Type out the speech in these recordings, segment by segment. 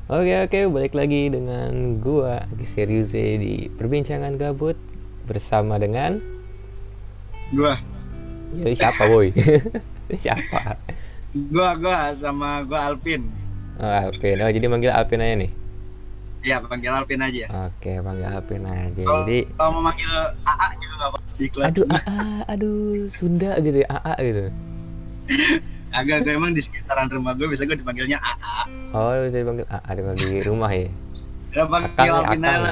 Oke, balik lagi dengan gua Serius di perbincangan gabut bersama dengan Gua, ya siapa boy? Siapa? gua sama gua Alvin. Oh, Alvin. Oh, jadi manggil Alvin aja nih. Iya, panggil Alvin aja. Oke, panggil Alvin aja. Jadi, Kalau mau manggil AA juga nggak apa-apa di kelas. aduh aduh Sunda gitu ya, AA gitu. Agak gue emang di sekitaran rumah gue biasa gue dipanggilnya AA. Oh, bisa dipanggil AA di rumah ya. Ya Akang panggil ya, Alvin aja Akang. lah.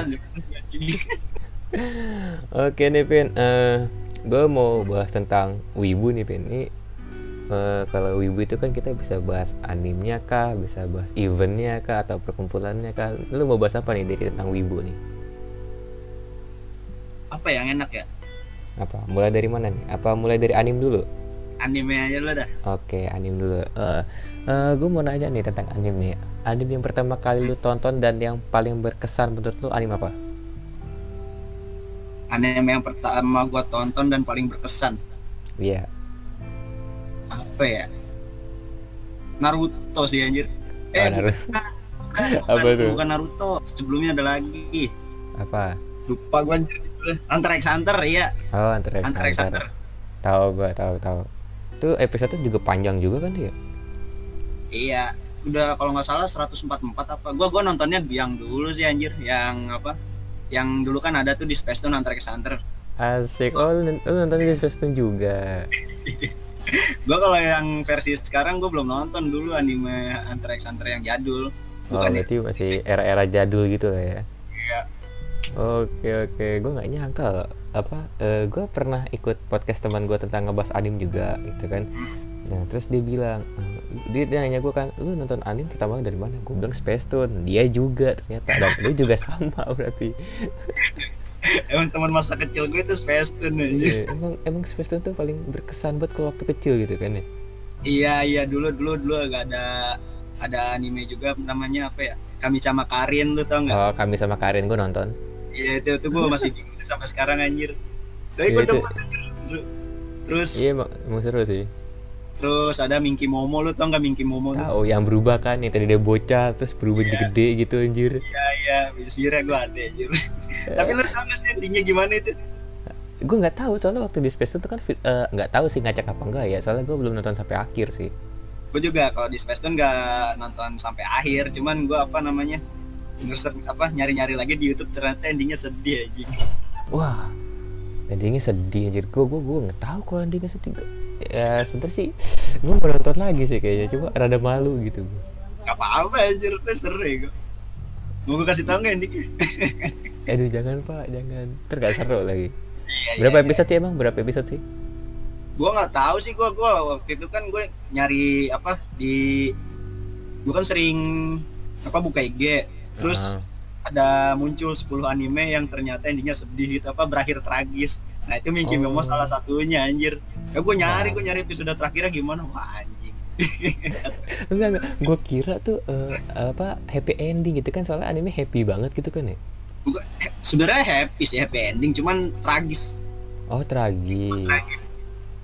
Oke nih, Pin. Gue mau bahas tentang wibu nih, Pin. Ini kalau wibu itu kan kita bisa bahas animenya kah, bisa bahas eventnya kah, atau perkumpulannya kah. Lu mau bahas apa nih dari tentang wibu nih? Apa yang enak ya? Apa? Mulai dari mana nih? Apa mulai dari anim dulu? Anime aja lo dah. Oke, anim dulu. Gue mau nanya nih tentang anim nih. Anim yang pertama kali lu tonton dan yang paling berkesan menurut lu anim apa? Anime yang pertama gua tonton dan paling berkesan. Iya. Apa ya? Naruto sih anjir. Oh, Bukan, Naruto. bukan, Apa tuh? bukan Naruto. Sebelumnya ada lagi. Apa? Lupa gua anjir. Hunter x Hunter, iya. Oh, Hunter x Hunter x Hunter. Hunter. Tahu gua, tahu. Itu episode juga panjang juga kan tuh ya? Iya, udah kalau nggak salah 144 apa. Gua nontonnya yang dulu sih anjir, yang apa? Yang dulu kan ada tuh di Space Tune Hunter x Hunter. Asik. Oh, lu nonton di Space Tune juga. Gua kalau yang versi sekarang gua belum nonton dulu anime Hunter x Hunter yang jadul. Oh, Bukan ya? berarti masih era-era jadul gitu lah ya. Iya. Oke, gue nggak nyangka loh. Gue pernah ikut podcast teman gue tentang ngebahas anim juga gitu kan. Nah, terus dia bilang, dia nanya gue kan, lu nonton anim pertama dari mana? Gue bilang Space Tune. Dia juga ternyata, dan lu juga sama berarti. Emang teman masa kecil gue itu Space Tune anjir. Iya, emang Space Tune tuh paling berkesan buat kalau waktu kecil gitu kan ya. Iya, dulu agak ada anime juga namanya apa ya? Kami sama Karin, lu tau nggak? Oh, kami sama Karin gue nonton. Iya, itu gue masih bingung sih sampai sekarang anjir. Tapi Iya gue itu, demen anjir, seru. Terus iya emang seru sih. Terus ada Minky Momo, lu tau gak Minky Momo tuh? Tahu yang berubah kan, yang tadi dia bocah terus berubah jadi Iya, gede gitu anjir. iya, Bisira gue ada anjir. Tapi lu tau gak sih endingnya gimana itu? Gue nggak tahu soalnya waktu di Space Tune tuh kan nggak tahu sih ngacak apa enggak ya, soalnya gue belum nonton sampai akhir sih. Gue juga kalau di Space Tune gak nonton sampai akhir, cuman gue apa namanya, nyari-nyari lagi di YouTube ternyata endingnya sedih aja. Wah, endingnya sedih anjir. Gue nggak tahu kok endingnya sedih. Ya sebenernya sih gue mau nonton lagi sih kayaknya, cuma rada malu gitu. Gak apa-apa anjir, itu seru ya gue. Mau gue kasih tau gak endingnya? Aduh jangan pak, jangan, ntar gak seru lagi. Iya. Berapa episode sih emang? Berapa episode sih? Gue nggak tahu sih, gue waktu itu kan gue nyari apa gue kan sering buka IG, terus Ah, ada muncul 10 anime yang ternyata endingnya sedih gitu, berakhir tragis. Nah itu Minky Momo oh, salah satunya anjir. Ya gue wah, nyari episode terakhirnya gimana, wah anjing. enggak. Gue kira tuh happy ending gitu kan, soalnya anime happy banget gitu kan ya. Sebenarnya happy sih, happy ending, cuman tragis. Oh tragis. Tragis.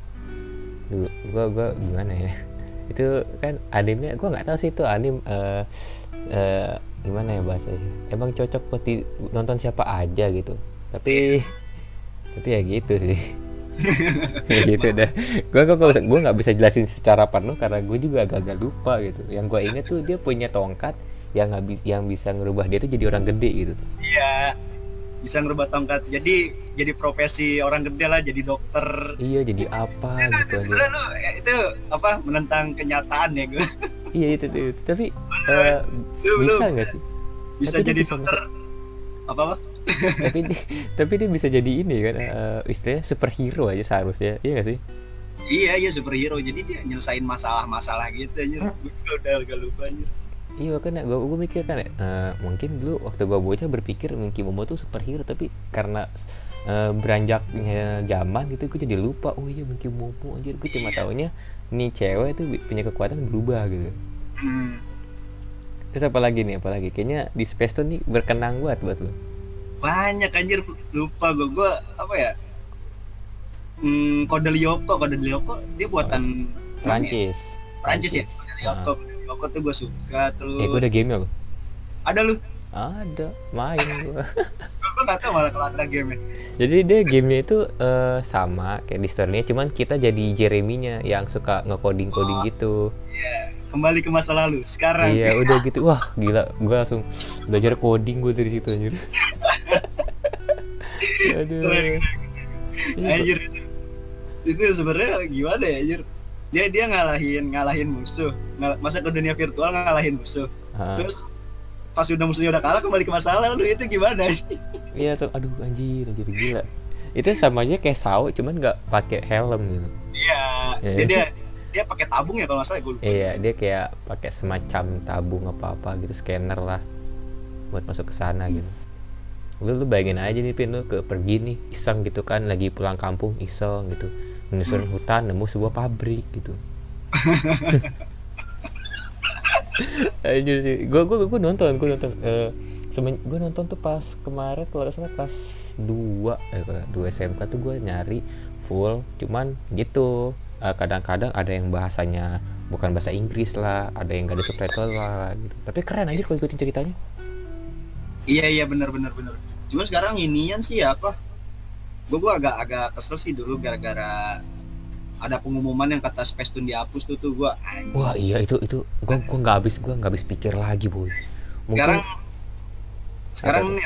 Gue gimana ya? Itu kan animenya gue nggak tahu sih itu anim gimana ya bahasanya. Emang cocok buat nonton siapa aja gitu. Tapi ya gitu sih. Ya gitu dah. Gue nggak bisa jelasin secara penuh karena gue juga agak-agak lupa gitu. Yang gue inget tuh dia punya tongkat yang bisa ngerubah dia tuh jadi orang gede gitu. Iya, bisa ngerubah tongkat jadi profesi orang gede lah, jadi dokter. Iya jadi apa gitu aja. Sebenarnya lu itu menentang kenyataan ya gue. Iya itu. Tapi Lu bisa nggak sih? bisa Tapi dia jadi bisa dokter apa? tapi dia, tapi dia bisa jadi ini kan, istilahnya superhero aja seharusnya, iya gak sih? Iya, superhero, jadi dia nyelesain masalah-masalah gitu aja. Gue udah agak lupa aja. Iya kan, gue mikir kan mungkin dulu waktu gue bocah berpikir Minky Momo tuh superhero, tapi karena beranjaknya zaman gitu gue jadi lupa. Oh iya Minky Momo anjir, gue cuma taunya nih cewek tuh punya kekuatan berubah gitu. Hmm, Terus apalagi kayaknya di Space Tune nih berkenang buat lo. banyak anjir, lupa gue apa ya? Kode Lyoko dia Oh, buatan mana ya? Prancis. Prancis ya. Ah. Kode Lyoko tuh gue suka, Gue terus ada game loh. Ada lu? Ada, main gua. Gue nggak tahu malah kalau ada game. Jadi dia gamenya itu sama kayak di story-nya, cuman kita jadi Jeremy-nya yang suka nge-coding-coding gitu. Iya, kembali ke masa lalu. Sekarang. Iya, udah gitu. Wah, gila. Gua langsung belajar coding gua dari situ anjir. Aduh. Keren. Iya, Anjir itu sebenarnya gimana ya anjir? Dia ngalahin musuh. Masa ke dunia virtual ngalahin musuh. Terus pas udah musuhnya udah kalah kembali ke masa lalu, itu gimana? Iya tuh, aduh anjir gila. Itu sama aja kayak Sao, cuman nggak pakai helm gitu. Iya, dia pakai tabung ya kalau nggak salah, gue lupa. Iya, dia kayak pakai semacam tabung apa gitu, scanner lah buat masuk ke sana gitu. Lu bayangin aja nih Pin, lu pergi nih iseng gitu kan, lagi pulang kampung iseng gitu, menyusurin hutan nemu sebuah pabrik gitu. Anjir sih, gue nonton gue nonton tuh pas kemarin kalau nggak salah pas 2 SMK tuh gue nyari full, cuman gitu kadang-kadang ada yang bahasanya bukan bahasa Inggris lah, ada yang gak ada subtitle lah gitu. Tapi keren aja kalau ikutin ceritanya. Iya benar. Cuman sekarang inian sih apa? Gue agak kesel sih dulu gara-gara ada pengumuman yang kata Space Tune dihapus tuh gue. Wah iya itu gue nggak habis pikir lagi boy. Mungkin sekarang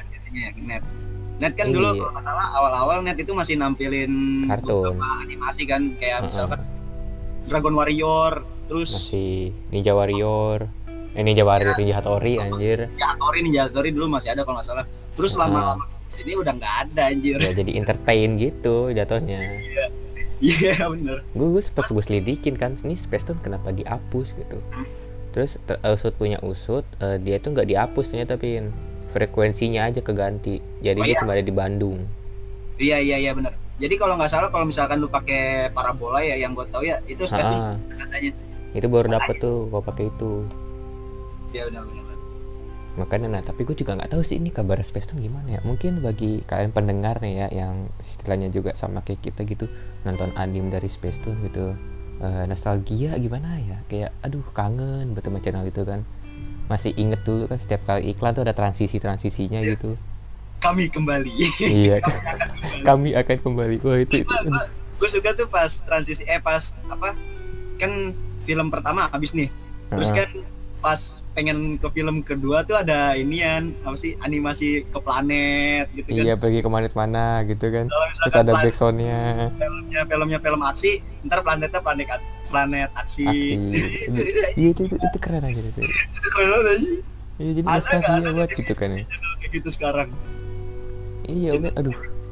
net kan dulu kalau nggak salah awal-awal net itu masih nampilin kartun animasi kan, kayak misalkan Dragon Warrior, terus masih Ninja Warrior, Ninja Hattori anjir. Ninja Hattori dulu masih ada kalau nggak salah. Terus lama-lama ini udah nggak ada anjir. Ya jadi entertain gitu jatuhnya. Iya bener. Gue pas gue selidikin kan, ini Space Tune kenapa dihapus gitu. Terus usut punya usut, dia tuh nggak dihapus ternyata Pin. Frekuensinya aja keganti. Jadi dia cuma ada di Bandung. Iya bener. Jadi kalau nggak salah kalau misalkan lu pakai parabola ya, yang gue tahu ya itu Space Tune katanya. Itu baru dapet tuh kalau pakai itu. Iya benar. Makanya tapi gue juga nggak tahu sih ini kabar Space Tune gimana ya. Mungkin bagi kalian pendengar nih ya yang istilahnya juga sama kayak kita gitu, nonton anime dari Space Tune gitu, nostalgia gimana ya, kayak aduh kangen betul sama channel itu kan. Masih inget dulu kan setiap kali iklan tuh ada transisinya gitu. Kami kembali. Iya. Kami akan kembali. Wah itu. Gue suka tuh pas transisi pas apa kan film pertama habis nih. Terus kan pas pengen ke film kedua tuh ada inian apa sih, animasi ke planet gitu kan. Iya, pergi ke planet mana gitu kan. Terus ada backsoundnya. Filmnya film aksi, ntar planetnya planet aksi. Iya itu keren aja itu. Itu keren aja. Iya jadi nostalgia buat gitu kan ya. Kayak gitu sekarang. Iya udah, aduh.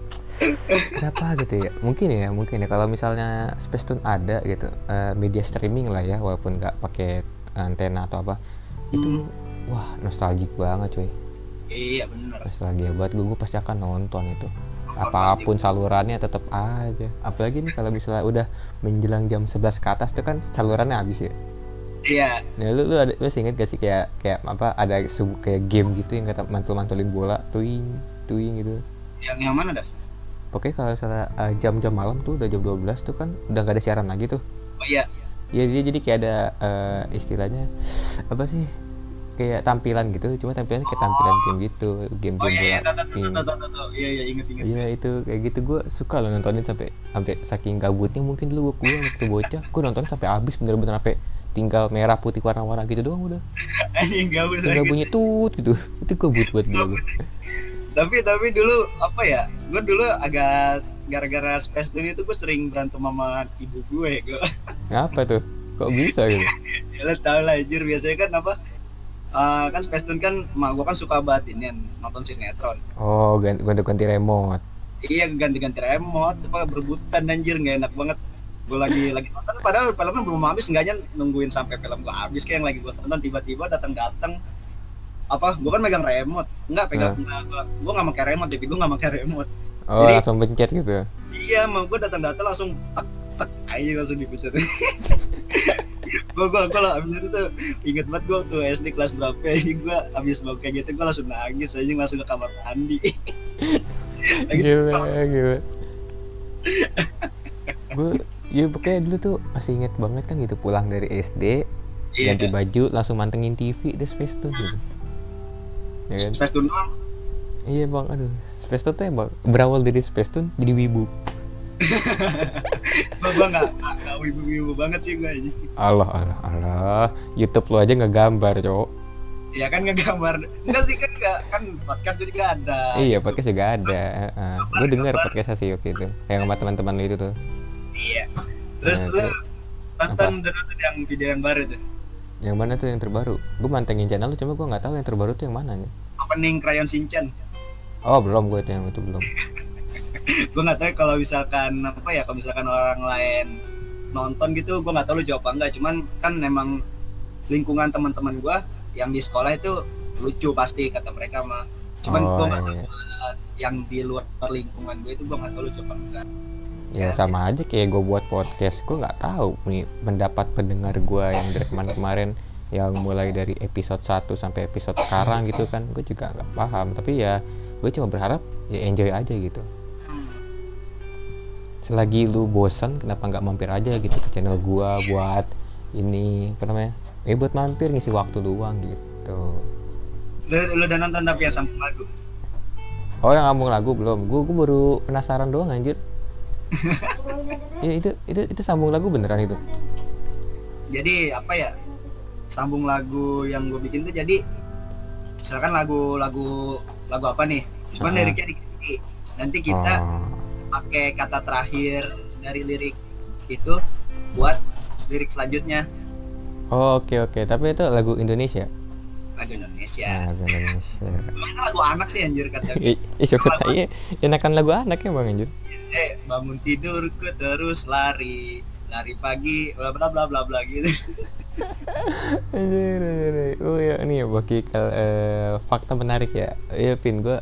Kenapa gitu ya? Mungkin ya kalau misalnya Space Tune ada gitu, media streaming lah ya, walaupun nggak pakai antena atau apa. Itu wah nostalgic banget coy. Iya benar. Nostalgia banget, gue pasti akan nonton itu. Apapun salurannya tetap aja. Apalagi nih kalau misalnya udah menjelang jam 11 ke atas tuh kan salurannya habis ya. Iya. Nah lu masih inget gak sih kayak apa ada kayak game gitu yang kata mantul-mantulin bola tuing gitu. Yang mana dah? Pokoknya kalau misalnya jam-jam malam tuh udah jam 12 tuh kan udah gak ada siaran lagi tuh. Oh iya. Ya dia jadi kayak ada istilahnya apa sih, kayak tampilan gitu, cuma tampilannya kayak tampilan game gitu, game bola. Iya inget. Iya itu kayak gitu, gue suka loh nontonin sampai saking gabutnya mungkin dulu gue waktu bocah, gue nontonnya sampai habis bener-bener sampai tinggal merah putih warna-warna gitu doang udah. Tinggal bunyi tut gitu, itu gue buat gue. Tapi dulu apa ya, gue dulu agak gara-gara Space Tune itu gue sering berantem sama ibu gue. Apa tuh? Kok bisa gitu? Ya lo tau lah anjir, biasanya kan apa, kan Space Tune kan mak gue kan suka banget ini nonton sinetron. Oh ganti remote. Iya ganti remote, apa berebutan anjir, nggak enak banget. Gue lagi nonton padahal filmnya belum habis, enggaknya nungguin sampai film gue habis, kayak yang lagi gue tonton tiba-tiba datang apa, gue kan megang remote, gue nggak pakai remote, jadi gue nggak pakai remote. Oh jadi, langsung pencet gitu. Iya, mau gue datang langsung tak aja langsung dipencet. gue lah abis itu tuh inget banget, gue tuh SD kelas berapa ini, gue abis bawa kayak gitu gue langsung nangis aja, langsung ke kamar mandi. Gila. Gue pokoknya dulu tuh masih inget banget kan gitu, pulang dari SD ganti baju langsung mantengin TV The Space Tune gitu. ya kan? Space Tune doang. Iya bang, aduh, Space Tune tuh emang berawal dari Space Tune jadi wibu. Gua nggak wibu-wibu banget sih gue ini. Allah, YouTube lu aja nggak gambar, cowok. Ya kan ngegambar. Enggak sih kan nggak kan podcast gue juga ada. Iya, gitu. podcast juga ada. Gue dengar podcast sih waktu itu, yang sama teman-teman lu itu tuh. Iya. Terus Nah, lu terus nonton yang video yang baru tuh. yang mana tuh yang terbaru? Gue mantengin channel lu, cuma gue nggak tahu yang terbaru tuh yang mana nih. Opening Crayon Shinchan. Oh belum, gue yang itu belum. Gue nggak tahu kalau misalkan apa ya, kalau misalkan orang lain nonton gitu, gue nggak tahu lu jawab apa enggak. Cuman kan memang lingkungan teman-teman gue yang di sekolah itu lucu pasti kata mereka mah. Cuman Oh, gue nggak tahu iya. yang di luar lingkungan gue itu gue nggak tahu lucu apa enggak. Ya sama aja kayak gue buat podcast, gue nggak tahu nih pendapat pendengar gue yang dari kemarin yang mulai dari episode 1 sampai episode sekarang gitu kan, gue juga nggak paham. Tapi ya gue cuma berharap ya enjoy aja gitu. Selagi lu bosan, kenapa nggak mampir aja gitu ke channel gue buat ini apa namanya? Buat mampir ngisi waktu doang gitu. Lu udah nonton tapi yang sambung lagu? Oh yang ngomong lagu belum? Gue baru penasaran doang anjir. Ya itu sambung lagu beneran itu. Jadi apa ya, sambung lagu yang gue bikin tuh jadi misalkan lagu apa nih, cuman liriknya dikit, nanti kita pakai kata terakhir dari lirik itu buat lirik selanjutnya. Oh, oke. Tapi itu lagu Indonesia. Lagu Indonesia. Lagu Indonesia. Mana lagu anak sih anjir kata. Siapa tahu enakan lagu anak ya bang anjir. Bangun tidurku terus lari pagi bla bla bla bla bla gitu. Anjir. Oh ya ini ya bakal fakta menarik ya. Iya Pin, gue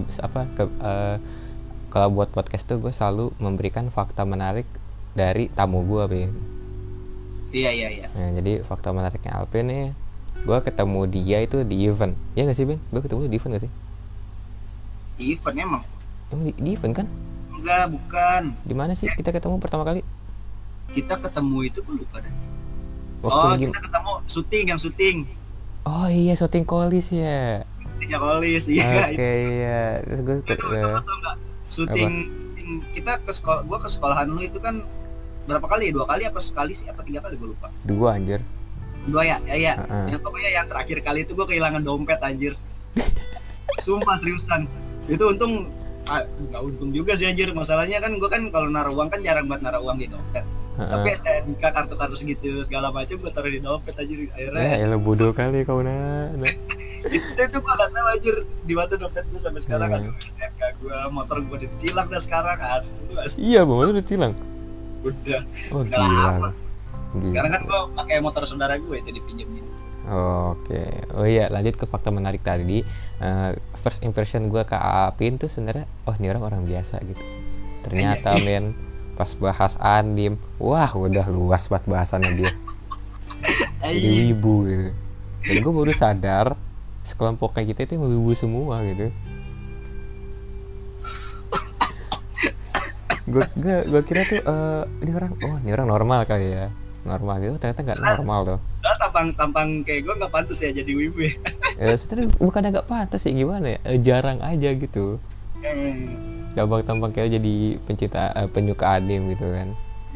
kalau buat podcast tuh gue selalu memberikan fakta menarik dari tamu gue Pin. Iya. Nah, jadi fakta menariknya Alvin nih, gue ketemu dia itu di event. Ya nggak sih Pin? Gue ketemu di event nggak sih? Di event emang? Emang di event kan? Enggak, bukan. Di mana sih kita ketemu pertama kali? Kita ketemu itu gue lupa deh. Waktu kita ketemu yang syuting. Oh iya, syuting Kolis ya. Syutingnya Kolis, iya. Oke, iya. Terus gue syuting kita ke sekolah, gue ke sekolahan lu itu kan berapa kali? 2 kali apa sekali sih? Apa 3 kali gue lupa. 2 anjir. 2 ya? Iya. Yang pokoknya yang terakhir kali itu gue kehilangan dompet anjir. Sumpah seriusan. Itu untung nggak untung juga sih anjir. Masalahnya kan gue kan kalau naruh uang kan jarang buat naruh uang di dompet. Tapi STNK, kartu segitu segala macam gue taruh di dompet anjir. Akhirnya ya lo bodoh kali kau nah. itu gue gak tahu anjir di mana dompet gue sampai sekarang. Aduh, STNK gue, motor gue ditilang dah sekarang asli. Iya bang, udah ditilang. Udah. Oh gila. Sekarang kan gue pakai motor saudara gue itu dipinjemin. Oke. Oh iya, lanjut ke fakta menarik tadi. First impression gue ke Apin tuh sebenarnya, oh ini orang biasa gitu. Ternyata men pas bahas anime, wah udah luas banget bahasannya dia. Jadi wibu gitu. Dan gue baru sadar sekelompok kayak kita itu emang wibu semua gitu. Gue kira tuh ini orang normal kali ya, normal gitu, ternyata nggak normal tuh. Tampang kayak gue nggak pantas ya jadi wibu ya. Sebenarnya bukan agak pantas sih, gimana ya, jarang aja gitu. Gampang tampang kayak jadi penyuka anime gitu kan.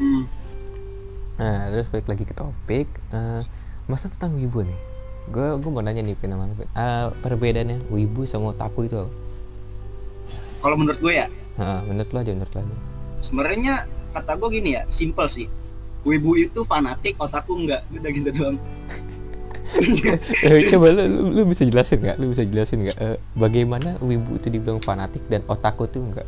Nah terus balik lagi ke topik, masa tentang wibu nih. Gue mau nanya nih Pin, perbedaannya wibu sama otaku itu apa? Kalau menurut gue ya, menurut lo aja. Sebenarnya kata gue gini ya, simple sih. Wibu itu fanatik, otaku enggak. Udah gitu doang. Coba lu bisa jelasin nggak? Bagaimana wibu itu dibilang fanatik dan otaku itu enggak?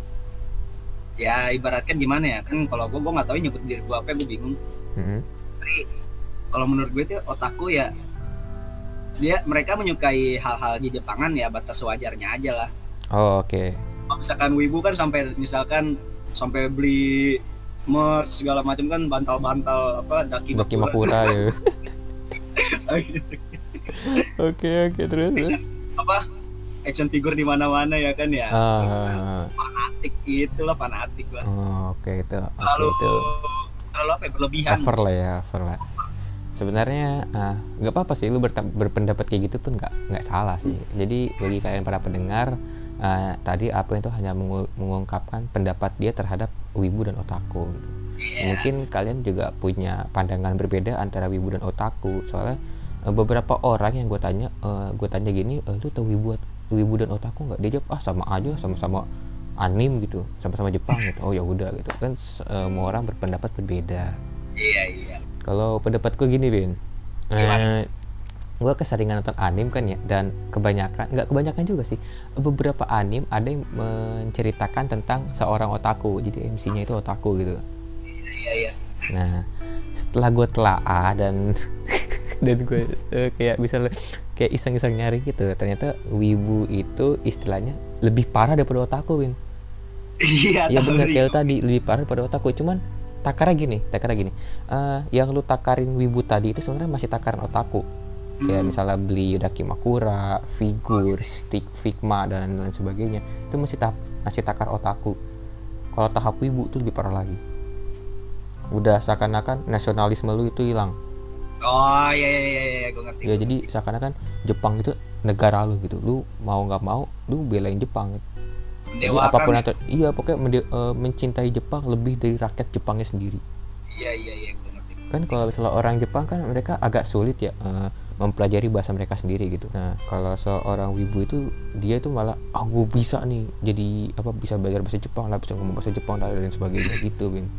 Ya ibaratkan gimana ya, kan kalau gue nggak tahu nyebut diri gue apa, gue bingung. Tapi kalau menurut gue itu otaku ya, mereka menyukai hal-hal di Jepangan ya, batas wajarnya aja lah. Oh oke. Misalkan wibu kan sampai beli merch segala macam kan, bantal-bantal apa Daki Makura ya. Oke, terus apa action figure di mana-mana ya kan ya. Fanatik itulah, fanatik lah. Oke itu. Terlalu apa ya, berlebihan. Over lah. sebenarnya nggak apa-apa sih lu berpendapat kayak gitu pun nggak salah sih. Jadi bagi kalian para pendengar, tadi apa itu hanya mengungkapkan pendapat dia terhadap wibu dan otaku gitu. Mungkin kalian juga punya pandangan berbeda antara wibu dan otaku. Soalnya beberapa orang yang gue tanya gini, lu tahu wibu dan otaku nggak? Dia jawab sama aja, sama-sama anim gitu, sama-sama Jepang gitu. Oh ya udah gitu kan, semua orang berpendapat berbeda. Iya. Kalau pendapatku gini, Bin, gue keseringan nonton anim kan ya, dan nggak kebanyakan juga sih, beberapa anim ada yang menceritakan tentang seorang otaku, jadi MC-nya itu otaku gitu. Iya. Nah, setelah gue telaah dan gue kayak bisa kayak iseng-iseng nyari gitu, ternyata wibu itu istilahnya lebih parah daripada otaku, Win. Iya, Ya benar kayak tadi, lebih parah daripada otaku. Cuman takarnya gini, yang lu takarin wibu tadi itu sebenarnya masih takaran otaku. Kayak misalnya beli Dakimakura, figur, stick, Figma dan lain sebagainya, itu masih takar otaku. Kalau tahap wibu itu lebih parah lagi. Udah seakan-akan nasionalisme lu itu hilang. Oh iya, gue ngerti. Ya jadi seakan-akan Jepang itu negara lu gitu. Lu mau nggak mau, lu belain Jepang gitu. Jadi apapun itu, iya pokoknya mencintai Jepang lebih dari rakyat Jepangnya sendiri. Iya, gue ngerti. Kan kalau misalnya orang Jepang kan mereka agak sulit ya mempelajari bahasa mereka sendiri gitu. Nah kalau seorang wibu itu dia itu malah gue bisa nih jadi bisa belajar bahasa Jepang lah, bisa ngomong bahasa Jepang dan lain sebagainya gitu, Bin.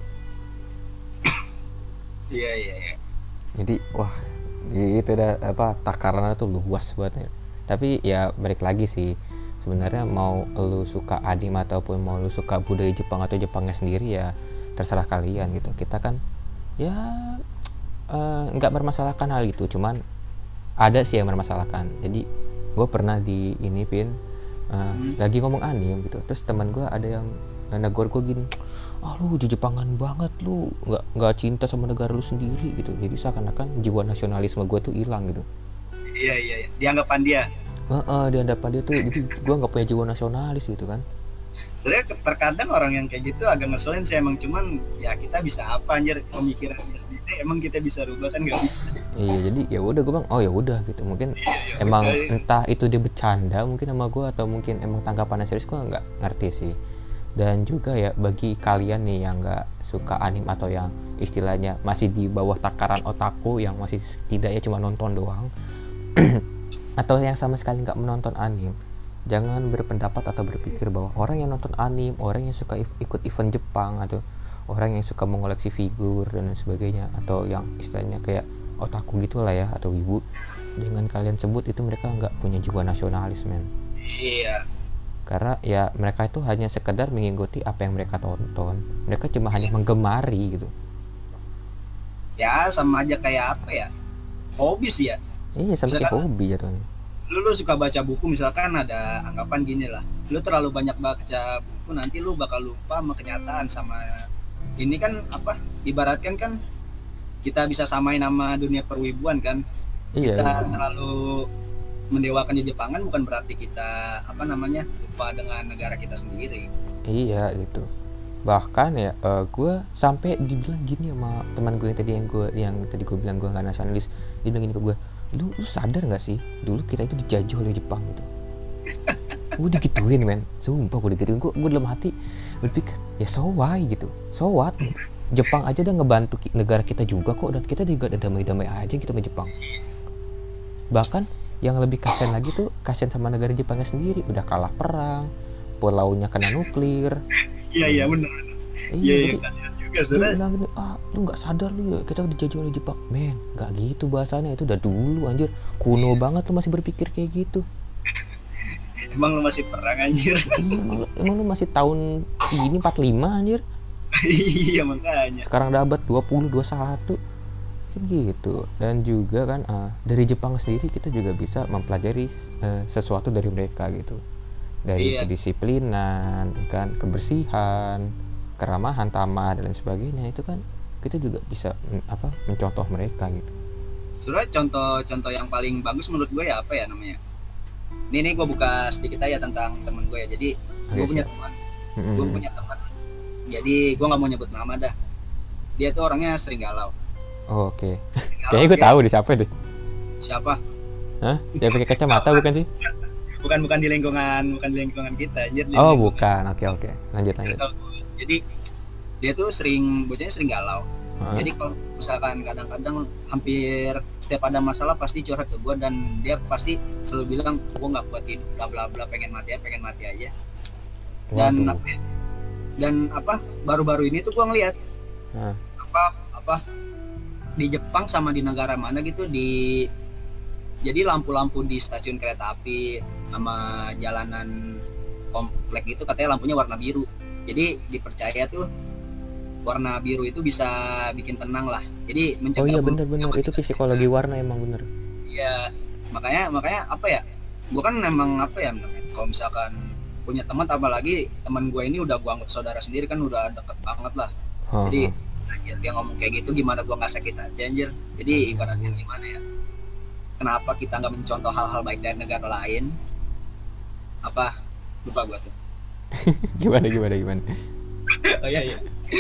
Iya. Jadi wah itu udah takarannya tuh luas banget ya. Tapi ya balik lagi sih, sebenarnya mau lu suka anime ataupun mau lu suka budaya Jepang atau Jepangnya sendiri ya terserah kalian gitu. Kita kan ya nggak bermasalahkan hal itu, cuman ada sih yang bermasalahkan. Jadi gue pernah di ini, Pin, lagi ngomong anime gitu, terus teman gue ada yang negor gue gini, lu Jepangan banget, lu nggak cinta sama negara lu sendiri gitu. Jadi seakan-akan jiwa nasionalisme gue tuh hilang gitu. Iya, dianggapan dia. Dianggapan dia tuh, jadi gue nggak punya jiwa nasionalis gitu kan. Sebenarnya terkadang orang yang kayak gitu agak ngeselin sih emang, cuman ya kita bisa apa anjir, pemikirannya sendiri emang kita bisa rubah kan, nggak bisa. Iya, jadi ya udah gue bilang ya udah gitu. Mungkin emang entah itu dia bercanda mungkin sama gue atau mungkin emang tanggapannya serius, gue nggak ngerti sih. Dan juga ya bagi kalian nih yang nggak suka anime atau yang istilahnya masih di bawah takaran otaku, yang masih setidaknya cuma nonton doang atau yang sama sekali nggak menonton anime, jangan berpendapat atau berpikir bahwa orang yang nonton anime, orang yang suka ikut event Jepang, atau orang yang suka mengoleksi figur dan sebagainya, atau yang istilahnya kayak otaku gitulah ya, atau wibu, jangan kalian sebut itu mereka nggak punya jiwa nasionalis, men. Iya. Karena ya mereka itu hanya sekedar mengikuti apa yang mereka tonton. Mereka cuma hanya menggemari gitu. Ya sama aja kayak apa ya, hobi sih ya. Iya, sama kayak hobi jatuhnya. Lu suka baca buku, misalkan ada anggapan gini lah, lu terlalu banyak baca buku nanti lu bakal lupa sama kenyataan. Sama ini kan ibaratkan kan kita bisa samain nama dunia perwibuan kan. Iya, kita terlalu mendewakan Jepangan bukan berarti kita lupa dengan negara kita sendiri. Iya gitu. Bahkan ya gue sampai dibilang gini sama teman gue yang tadi gue bilang gue nggak nasionalis. Dia bilang gini ke gue, lu sadar nggak sih dulu kita itu dijajah oleh Jepang gitu. Gue digituin, men, sumpah gue digituin. Gue dalam hati berpikir ya so why gitu, so what, Jepang aja udah ngebantu negara kita juga kok, dan kita juga ada damai-damai aja gitu sama Jepang. Bahkan yang lebih kasian lagi tuh kasian sama negara Jepangnya sendiri, udah kalah perang, pulaunya kena nuklir. Iya benar. Iya, kasian juga sebenarnya. Dia bilang gini, lu nggak sadar lu ya kita dijajah oleh Jepang, men, nggak gitu bahasanya, itu udah dulu anjir, kuno banget lu masih berpikir kayak gitu. Emang lu masih perang anjir. Emang lu masih tahun ini 45 anjir. Iya makanya. Sekarang udah abad 20, 21 kan gitu. Dan juga kan dari Jepang sendiri kita juga bisa mempelajari sesuatu dari mereka gitu, dari kedisiplinan kan, kebersihan, keramahan, tamah dan lain sebagainya. Itu kan kita juga bisa mencontoh mereka gitu. Sebenarnya contoh yang paling bagus menurut gue ya apa ya namanya, ini gue buka sedikit aja tentang temen gue ya. Jadi gue punya teman, jadi gue nggak mau nyebut nama dah. Dia tuh orangnya sering galau. Oh, oke. Galau Kayaknya gue dia. tahu deh siapa deh. Siapa? Hah? Yang pakai kacamata bukan sih? Bukan bukan di lingkungan kita, anjir di Oh, lingkungan. bukan. Oke, oke. Lanjut, lanjut. Jadi dia tuh sering bocahnya sering galau. Heeh. Jadi kalau misalkan kadang-kadang hampir setiap ada masalah pasti curhat ke gue dan dia pasti selalu bilang gue nggak kuat hidup bla bla bla pengen mati aja. Dan Waduh. apa baru-baru ini tuh gue ngeliat Nah, apa di Jepang sama di negara mana gitu jadi lampu-lampu di stasiun kereta api sama jalanan komplek itu katanya lampunya warna biru. Jadi dipercaya tuh warna biru itu bisa bikin tenang lah. Jadi oh mencegah iya buruk. bener-bener itu psikologi warna emang bener. Iya, makanya apa ya? Gue kan emang apa ya namanya? Kalau misalkan punya teman, apalagi teman gue ini udah gue anggap saudara sendiri kan udah deket banget lah. Jadi anjir, dia ngomong kayak gitu gimana gue nggak sakit hati anjir. Jadi ibaratnya gimana ya? Kenapa kita nggak mencontoh hal-hal baik dari negara lain? Apa? Lupa gue tuh. Gimana? Oh iya.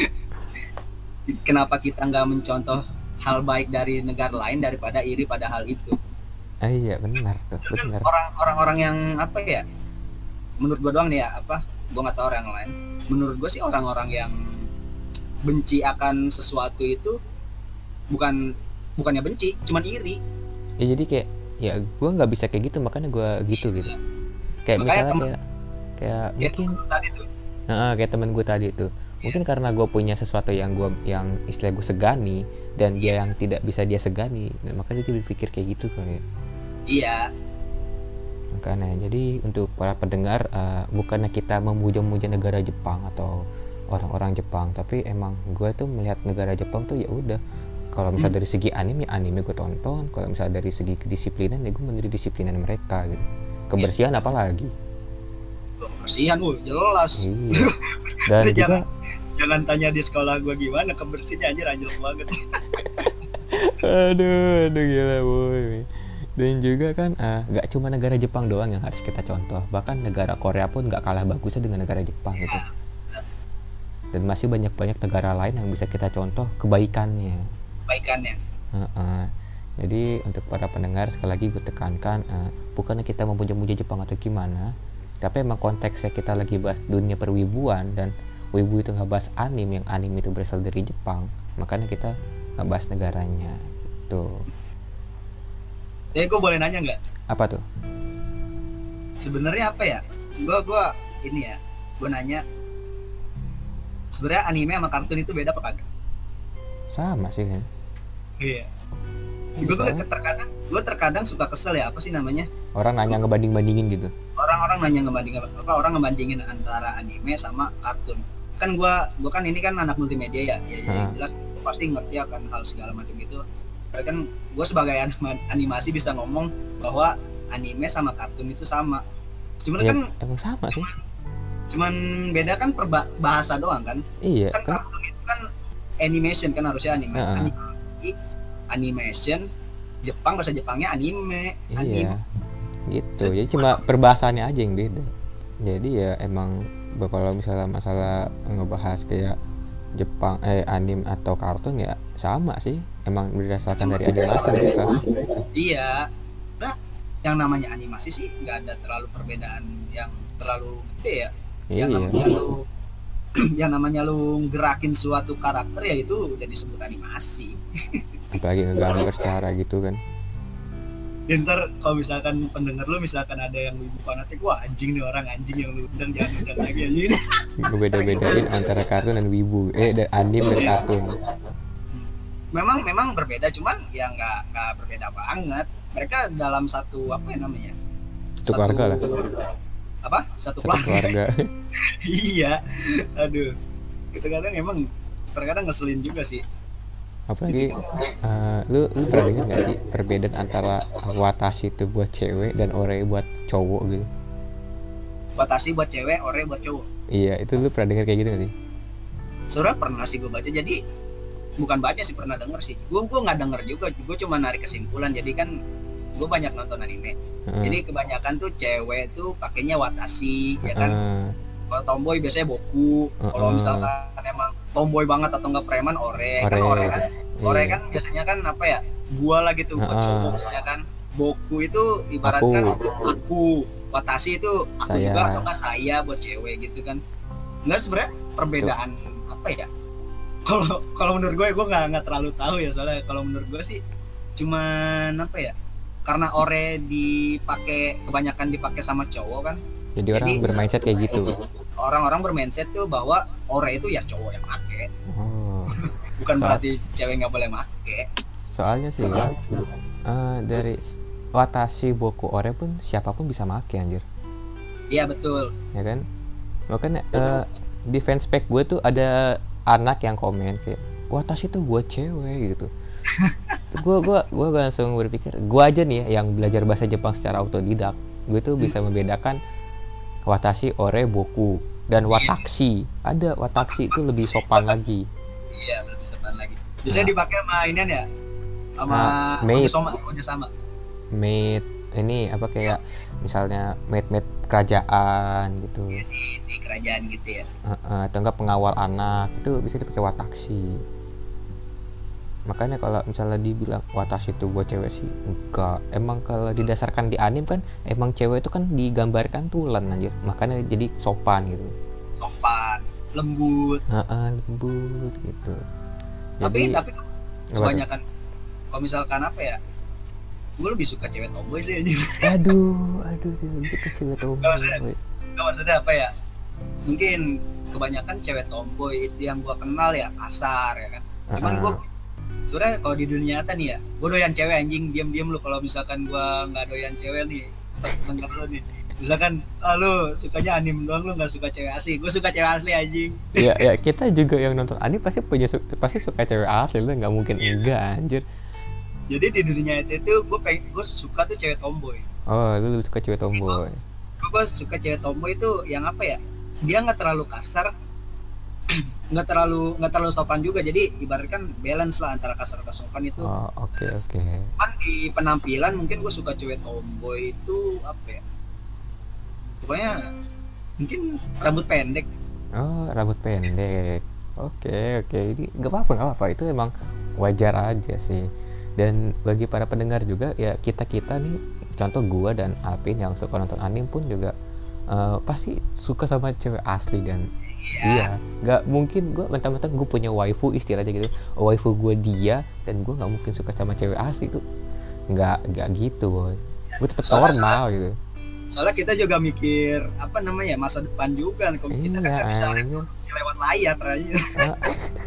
Kenapa kita nggak mencontoh hal baik dari negara lain daripada iri pada hal itu? Ah iya benar tuh, benar. Orang-orang yang apa ya? Menurut gue doang nih ya, apa? Gue nggak tahu orang lain. Menurut gue sih orang-orang yang benci akan sesuatu itu bukannya benci, cuman iri. Ya jadi kayak ya gue nggak bisa kayak gitu makanya gue gitu. Kayak Makanya misalnya kayak mungkin tadi tuh. kayak temen gue tadi tuh. Mungkin karena gue punya sesuatu yang istilah gue segani dan dia yang tidak bisa dia segani, nah, makanya dia berpikir kayak gitu kali. Iya. Makanya jadi untuk para pendengar bukannya kita memuja-muja negara Jepang atau orang-orang Jepang, tapi emang gue tuh melihat negara Jepang tuh ya udah. Kalau misalnya dari segi anime gue tonton. Kalau misalnya dari segi kedisiplinan ya gue menjadi disiplinan mereka gitu. Kebersihan apalagi. Kebersihan jelas. Iya. Dan juga jangan tanya di sekolah gue gimana kebersihannya anjir banget. aduh gila boy. Dan juga kan gak cuma negara Jepang doang yang harus kita contoh, bahkan negara Korea pun gak kalah bagusnya dengan negara Jepang gitu. Dan masih banyak negara lain yang bisa kita contoh kebaikannya. Jadi untuk para pendengar sekali lagi gue tekankan bukannya kita memuja-muja Jepang atau gimana, tapi emang konteksnya kita lagi bahas dunia perwibuan dan wibu itu nggak bahas anime, yang anime itu berasal dari Jepang, makanya kita nggak bahas negaranya tuh. Gue boleh nanya nggak? Apa tuh? Sebenarnya apa ya? Gue ini ya, gue nanya. Sebenarnya anime sama kartun itu beda apa kagak? Sama sih kan? Iya. Gue terkadang suka kesel ya, apa sih namanya? Orang nanya ngebanding-bandingin gitu. Orang nanya orang ngebandingin antara anime sama kartun. Kan gue kan ini kan anak multimedia ya jelas pasti ngerti akan hal segala macam itu. Kan gue sebagai anak animasi bisa ngomong bahwa anime sama kartun itu sama. Cuman ya, kan emang sama sih. Cuman beda kan bahasa doang kan. Iya kan kartun itu kan animation kan harusnya animation. Jepang bahasa Jepangnya anime. Iya. Gitu. Jadi cuma perbahasannya aja yang beda. Jadi ya emang kalau misalnya masalah ngebahas kayak Jepang anime atau kartun ya sama sih. Emang berdasarkan dari animasi mereka. Iya. Nah, yang namanya animasi sih nggak ada terlalu perbedaan yang terlalu gede ya. Iya. Yang namanya lu gerakin suatu karakter ya itu udah disebut animasi. Apalagi ngegambar secara gitu kan. Ya ntar kalau misalkan pendengar lu misalkan ada yang wibu fanatik, wah anjing nih orang anjing yang lu undang jangan undang lagi anjing. Ngebeda-bedain antara kartun dan wibu, dan anime dan kartun. Memang berbeda, cuman ya nggak berbeda banget. Mereka dalam satu apa ya namanya? Satu keluarga lah. Apa? Satu keluarga. Iya. Aduh. Itu kadang emang terkadang ngeselin juga sih. Apalagi lu pernah dengar nggak sih perbedaan antara watashi itu buat cewek dan ore buat cowok gitu? Watashi buat cewek, ore buat cowok. Iya, itu lu pernah dengar kayak gitu nggak sih? Sebenarnya pernah sih gue baca, jadi bukan baca sih, pernah denger sih. Gue nggak denger juga, gue cuma narik kesimpulan. Jadi kan gue banyak nonton anime. Jadi kebanyakan tuh cewek tuh pakainya watashi, ya kan? Kalau tomboy biasanya boku. Kalau misalkan emang tomboy banget atau enggak preman, ore. Kan ore kan Ore Iya. kan biasanya kan apa ya, gua lah gitu buat Heeh. cowok ya kan. Boku itu Aku, ibaratkan aku, watashi itu aku juga atau saya. enggak saya buat cewek gitu kan. Enggak, sebenarnya Tuh. perbedaan apa ya, kalau kalau menurut gue nggak terlalu tahu ya, soalnya kalau menurut gue sih cuman apa ya, karena ore dipakai kebanyakan dipakai sama cowok kan, Jadi orang jadi bermindset kayak gitu. orang-orang bermindset tuh bahwa ore itu ya cowok yang pakai, Oh. bukan Soal, berarti cewek nggak boleh pakai. soalnya sih ya, dari Watashi Boku Ore pun siapapun bisa make anjir. Iya betul. Ya kan? Makanya di fanspage gue tuh ada anak yang komen kayak Watashi tuh buat cewek gitu. Gue langsung berpikir, gue aja nih ya, yang belajar bahasa Jepang secara autodidak, gue tuh bisa membedakan Watashi, Ore, Boku, dan Wataksi. Ada Wataksi itu lebih sopan lagi. Iya, lebih sopan lagi. Biasanya Nah, dipakai sama inian ya, sama maid, Onya sama. maid ini apa kayak misalnya maid kerajaan gitu. Di kerajaan gitu ya. Atau enggak pengawal anak itu bisa dipakai Wataksi. Makanya kalau misalnya dibilang Watashi itu buat cewek sih enggak. Emang kalau didasarkan di anime kan emang cewek itu kan digambarkan tulen anjir. Makanya jadi sopan gitu. Sopan, lembut. Lembut gitu. Tapi Jadi tapi apa tuh? kebanyakan kalau misalkan apa ya, gue lebih suka cewek tomboy sih anjir. Aduh, dia lebih suka cewek Gak maksudnya, tomboy. gak maksudnya apa ya, mungkin kebanyakan cewek tomboy itu yang gue kenal ya kasar ya kan. Cuman gue Heeh. sebenarnya kalau di dunia nyata nih ya, gue doyan cewek anjing. Diam lu kalau misalkan gue nggak doyan cewek nih, denger lu nih, misalkan lu sukanya anime doang, lu nggak suka cewek asli, gue suka cewek asli anjing. Ya kita juga yang nonton anime pasti pasti suka cewek asli, lu nggak mungkin enggak anjir. Jadi di dunia itu gue suka tuh cewek tomboy. Oh, lu lebih suka cewek tomboy. Gue suka cewek tomboy itu yang apa ya, dia nggak terlalu kasar, nggak terlalu sopan juga, jadi ibaratkan balance lah antara kasar dan sopan itu. Oh, oke. Cuman di penampilan mungkin gue suka cewek tomboy itu apa ya, pokoknya mungkin rambut pendek. Oh, rambut pendek. Oke. Ini nggak apa-apa. Itu emang wajar aja sih. Dan bagi para pendengar juga ya, kita nih, contoh gua dan Apin yang suka nonton anime pun juga pasti suka sama cewek asli. Dan Ya, iya, nggak mungkin gue mentang-mentang gue punya waifu istilahnya gitu, waifu gue dia, dan gue nggak mungkin suka sama cewek asli itu. Nggak gitu boy, gue tetap soalnya, normal gitu. soalnya kita juga mikir apa namanya masa depan juga, kalau kita kan Iya nggak bisa anjir. reproduksi lewat layar aja. Ah,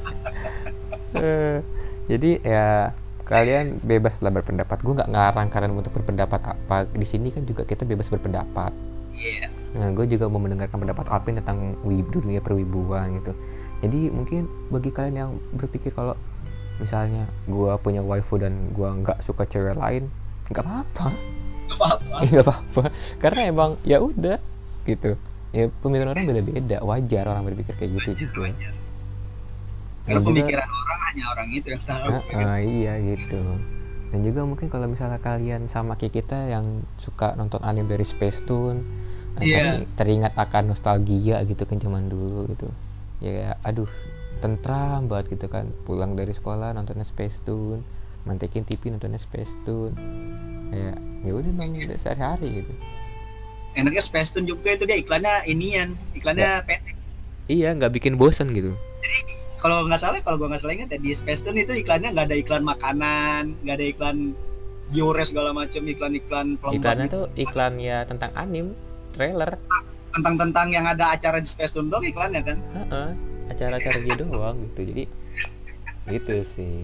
jadi ya kalian bebas lah berpendapat, gue nggak ngarang kalian untuk berpendapat apa di sini, kan juga kita bebas berpendapat. Iya. Nah, gue juga mau mendengarkan pendapat Alvin tentang dunia perwibuan gitu. Jadi mungkin bagi kalian yang berpikir kalau misalnya gue punya waifu dan gue nggak suka cewek lain, nggak apa-apa. Gak apa-apa. Nggak apa-apa, karena emang ya udah gitu. Ya pemikiran orang beda-beda, wajar orang berpikir kayak gitu juga. Karena Dan juga pemikiran orang hanya orang itu yang tahu. iya gitu. Dan juga mungkin kalau misalnya kalian sama kayak kita yang suka nonton anime dari Space Tune, Iya. teringat akan nostalgia gitu kan zaman dulu gitu. Ya aduh, tentram banget gitu kan, pulang dari sekolah nontonnya Space Tune, mantekin TV nontonnya Space Tune. Ya udah nonton sehari-hari gitu. Enaknya Space Tune juga itu, dia iklannya inian, Nggak, iklannya pendek. iya nggak bikin bosan gitu. Kalau nggak salah, kalau gue nggak salah ingat ya, di Space Tune itu iklannya nggak ada iklan makanan, nggak ada iklan Biore segala macam, iklan-iklan pelembab Iklannya gitu. tuh iklan ya tentang anime, trailer. Tentang yang ada acara di Space Tune doang iklannya kan. Acara-acara dia doang gitu. Jadi gitu sih.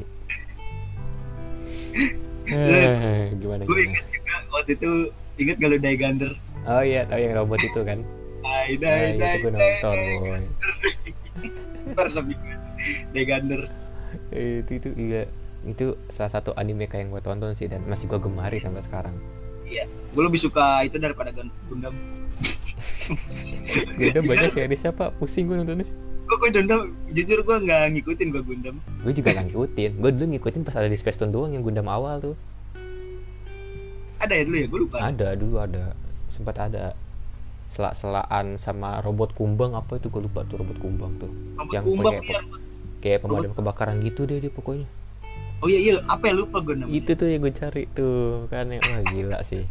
Gimana? Gue inget juga waktu itu, inget gak lu Daigander? Oh iya, tahu yang robot itu kan. Dai Nah, dai itu dai gue dai. nonton boy. Persep Daigander. Itu iya, itu salah satu anime kayak yang gue tonton sih, dan masih gue gemari sampai sekarang. Iya, gue lebih suka itu daripada Gundam. Gundam banyak seriesnya pak, pusing gue nontonnya. Kok Gundam, jujur gue nggak ngikutin gue Gundam. Gue juga nggak ngikutin, gue dulu ngikutin pas ada di Space Tune doang yang Gundam awal tuh. Ada ya dulu ya, gue lupa. Dulu ada, sempat ada selak-selakan sama robot kumbang, apa itu gue lupa tuh, robot kumbang tuh. Rambut Yang kumbang pakai ya. kayak pemadam kebakaran gitu deh dia pokoknya. Oh iya iya, apa ya, lupa gue namanya. Itu tuh yang gue cari tuh kan, ya wah gila sih.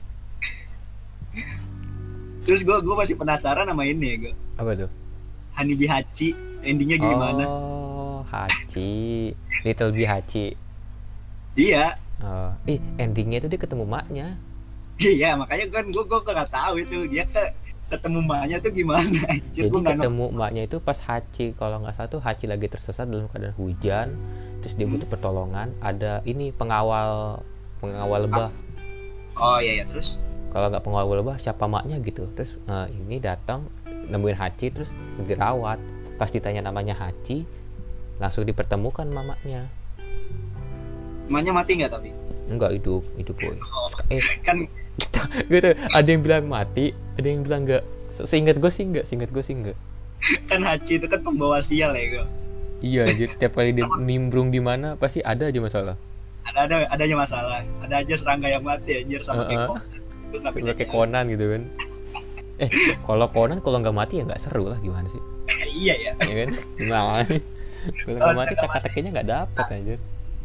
Terus gue masih penasaran sama ini ya gue. Apa tuh? Hanibi Hachi, endingnya gimana? Oh, Hachi, Little Bee Hachi. Iya. Oh, endingnya itu dia ketemu maknya. Iya, makanya kan gue nggak tahu itu dia ketemu maknya tuh gimana. Anjir, Jadi gue nggak ketemu maknya itu pas Hachi, kalau nggak salah tuh Hachi lagi tersesat dalam keadaan hujan, terus dia butuh pertolongan. Ada ini pengawal lebah. Oh iya ya, terus Kalau nggak pengawal lebah siapa maknya gitu. Terus ini datang nemuin Hachi, terus dirawat. Pas ditanya namanya Hachi, langsung dipertemukan mamanya. maknya mati nggak tapi? Enggak, hidup boy. Kan Gitu, ada yang bilang mati, ada yang bilang enggak. Seingat gue sih enggak. kan Hachi itu kan pembawa sial ya gue. Iya anjir, setiap kali dia nimbrung di mana pasti ada aja masalah. Adanya masalah. Ada aja serangga yang mati anjir sama kayak Conan. Itu nggak Sebenarnya kayak bedanya. Conan gitu kan. Kalau Conan kalau nggak mati ya nggak seru lah, gimana sih? Iya ya. Ya kan? Gimana? Kalau nggak mati teka-tekinya nggak dapet anjir.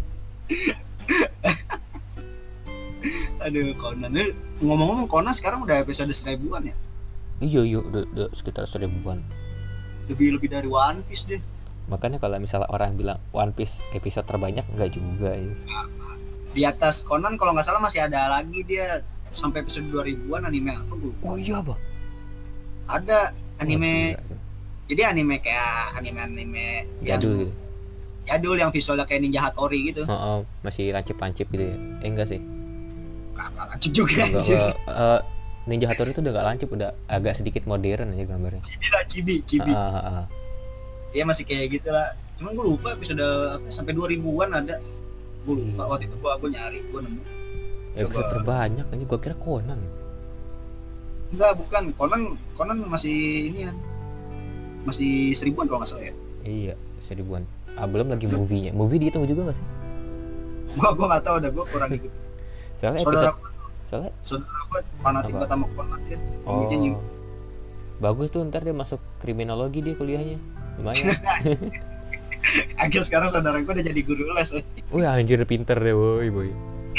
Aduh, Conan. Ngomong-ngomong, Conan sekarang udah episode 1000-an ya? Iya, udah sekitar 1000-an. Lebih dari One Piece deh. Makanya kalau misalnya orang bilang One Piece episode terbanyak, nggak juga ya. Di atas Conan kalau nggak salah masih ada lagi dia sampai episode 2000-an anime apa gue lupa. Oh iya, Bah. Ada anime. Oh, gila. Jadi anime kayak anime yang Jadul gitu. jadul yang visualnya kayak Ninja Hattori gitu. Masih lancip-lancip gitu ya. Enggak sih. Nggak lancip juga. Enggak, Ninja Hattori itu udah gak lancip, udah agak sedikit modern aja gambarnya. Chibi. Iya masih kayak gitu lah. Cuman gue lupa episode apa, sampai 2000-an ada. Gue lupa waktu itu gue nyari, gue nemu. Episode terbanyak aja, gua kira Conan. Enggak, bukan. Conan masih ini ya. Masih 1000-an kalau nggak salah ya. Iya, 1000-an. Belum lagi movie-nya. Movie dihitung juga gak sih? Gue nggak tahu, udah gue kurang ikut. Soalnya Saudara gue fanatik banget sama Conan dia. Oh, bagus tuh, ntar dia masuk kriminologi dia kuliahnya. Lumayan. Akhirnya sekarang saudara gue udah jadi guru les. Wih anjir, pinter deh boy.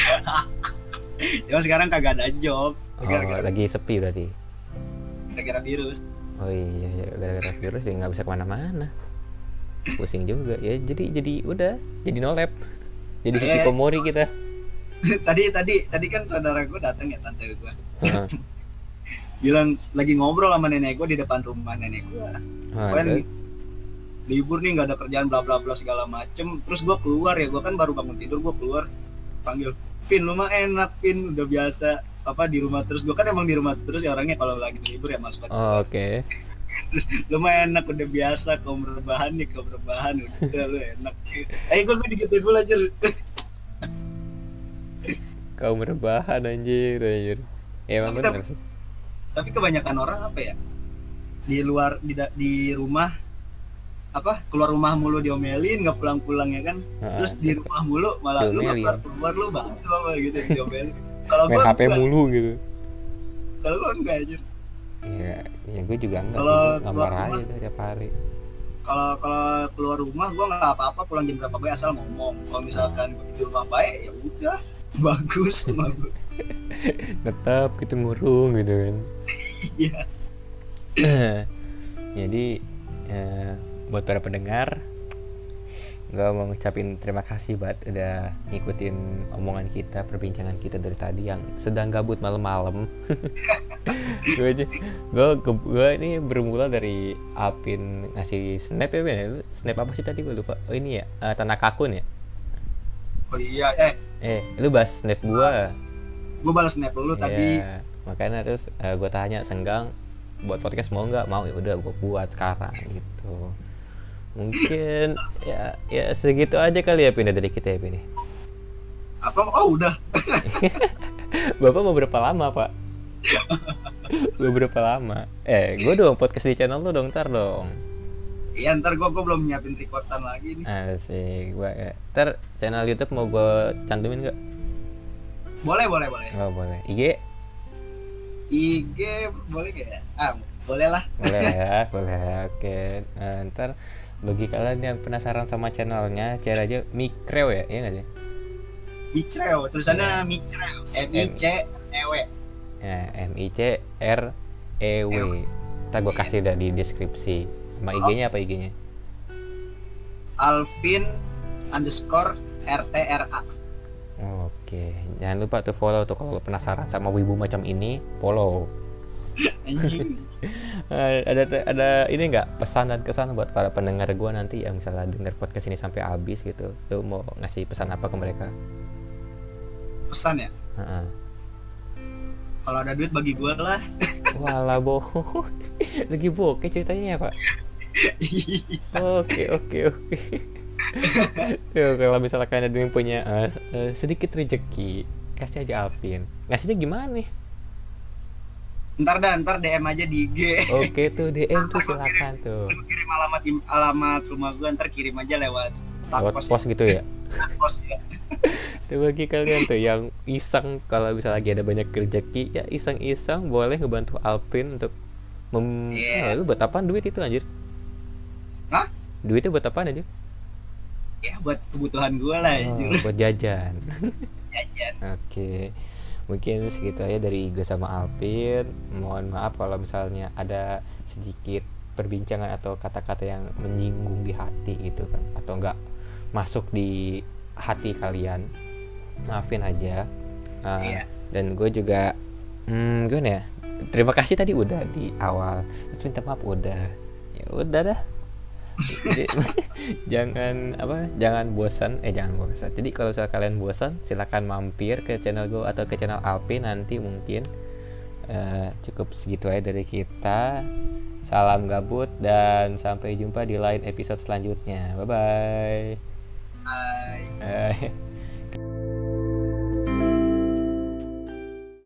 Ya sekarang kagak ada job. Lagi sepi berarti. Gara-gara virus. Oh iya, gara-gara virus ya nggak bisa kemana-mana. Pusing juga ya, jadi udah jadi no lab. Jadi hikikomori kita. tadi kan saudara gue datang ya, tante gue. Bilang lagi ngobrol sama nenek gue di depan rumah nenek gue. Kan libur nih, nggak ada kerjaan bla bla bla segala macem. Terus gue keluar ya, gue kan baru bangun tidur, gue keluar panggil, Pin lu mah enak Pin, udah biasa apa di rumah terus. Gue kan emang di rumah terus ya orangnya kalau lagi libur ya mas. Oke. Terus lu mah enak, udah biasa kaum rebahan udah lu enak. Gue digituin dulu aja. Kau merebahan anjir. Emang benar sih. Tapi kebanyakan orang apa ya, di luar di rumah apa, keluar rumah mulu diomelin, nggak pulang ya kan. Terus di rumah mulu malah lu nggak keluar lu banget apa gitu diomelin. Kalau main HP mulu gitu. Kalau lu enggak aja. Ya gue juga enggak sih, gambar aja tiap hari. Kalau keluar rumah gue nggak apa-apa, pulang jam berapa gue asal ngomong. Kalau misalkan gue di rumah baik ya udah bagus sama gue. Tetap gitu ngurung gitu kan. Iya. Jadi buat para pendengar, gue mau ngucapin terima kasih buat udah ngikutin omongan kita, perbincangan kita dari tadi yang sedang gabut malam-malam. Gue ini bermula dari Alvin ngasih snap ya Ben. Snap apa sih tadi gue lupa. Oh ini ya, Tanakakun ya. Oh iya, lu bahas snap gue balas snap lu tadi. Makanya terus gue tanya senggang buat podcast mau nggak? Mau, ya udah gue buat sekarang gitu. Mungkin ya segitu aja kali ya pindah dari kita ya Pin. Apa? Oh udah. Bapak mau berapa lama Pak? Beberapa lama. Gue dong podcast di channel lu dong, ntar dong. Iya ntar gue belum nyiapin recordan lagi nih. Asik, ntar channel YouTube mau gue cantumin nggak? Boleh. Oh boleh. IG boleh gak ya? Boleh lah. Boleh. Oke. Ntar bagi kalian yang penasaran sama channelnya, cari aja Mikreo ya, iya nggak sih? Micreo, tulisannya Ya, Micreo, M MICEW. ya, MICREW. Ntar gue Iya. kasih dah di deskripsi. Sama Oh, IG-nya apa IG-nya? Alvin underscore RTRA. Oke, jangan lupa tuh follow tuh kalau penasaran sama wibu macam ini, follow. Anjing. Ada ini nggak pesan dan kesan buat para pendengar gue nanti yang misalnya denger podcast ini sampai habis gitu, tuh mau ngasih pesan apa ke mereka? Pesan ya. Heeh. Kalau ada duit bagi gue lah. Walah bohong, lagi bokeh ceritanya ya pak? Oke oke oke. Tuh, kalau misalnya kalian ada yang punya sedikit rezeki, kasih aja Alvin. Ngasihnya gimana nih? Ntar DM aja di IG. Oke tuh DM tuh silakan tuh. Kirim alamat rumah gue, ntar kirim aja lewat Lewat pos pos gitu ya. pos ya. Tuh bagi kalian tuh yang iseng, kalau bisa lagi ada banyak rezeki ya iseng-iseng boleh ngebantu Alvin untuk Iya. lu buat apaan duit itu anjir? Hah? Duitnya buat apaan anjir? Ya buat kebutuhan gue lah Oh, anjir. buat jajan. Jajan. Oke. Mungkin segitu aja dari gue sama Alvin. Mohon maaf kalau misalnya ada sedikit perbincangan atau kata-kata yang menyinggung di hati gitu kan, atau enggak masuk di hati kalian. Maafin aja. Iya. Dan gue juga gimana ya, terima kasih tadi udah di awal, terus minta maaf udah, ya udah dah. Jadi jangan bosan, jadi kalau misalnya kalian bosan silakan mampir ke channel gue atau ke channel Alpi nanti mungkin. Cukup segitu aja dari kita. Salam gabut dan sampai jumpa di lain episode selanjutnya. Bye bye. Bye.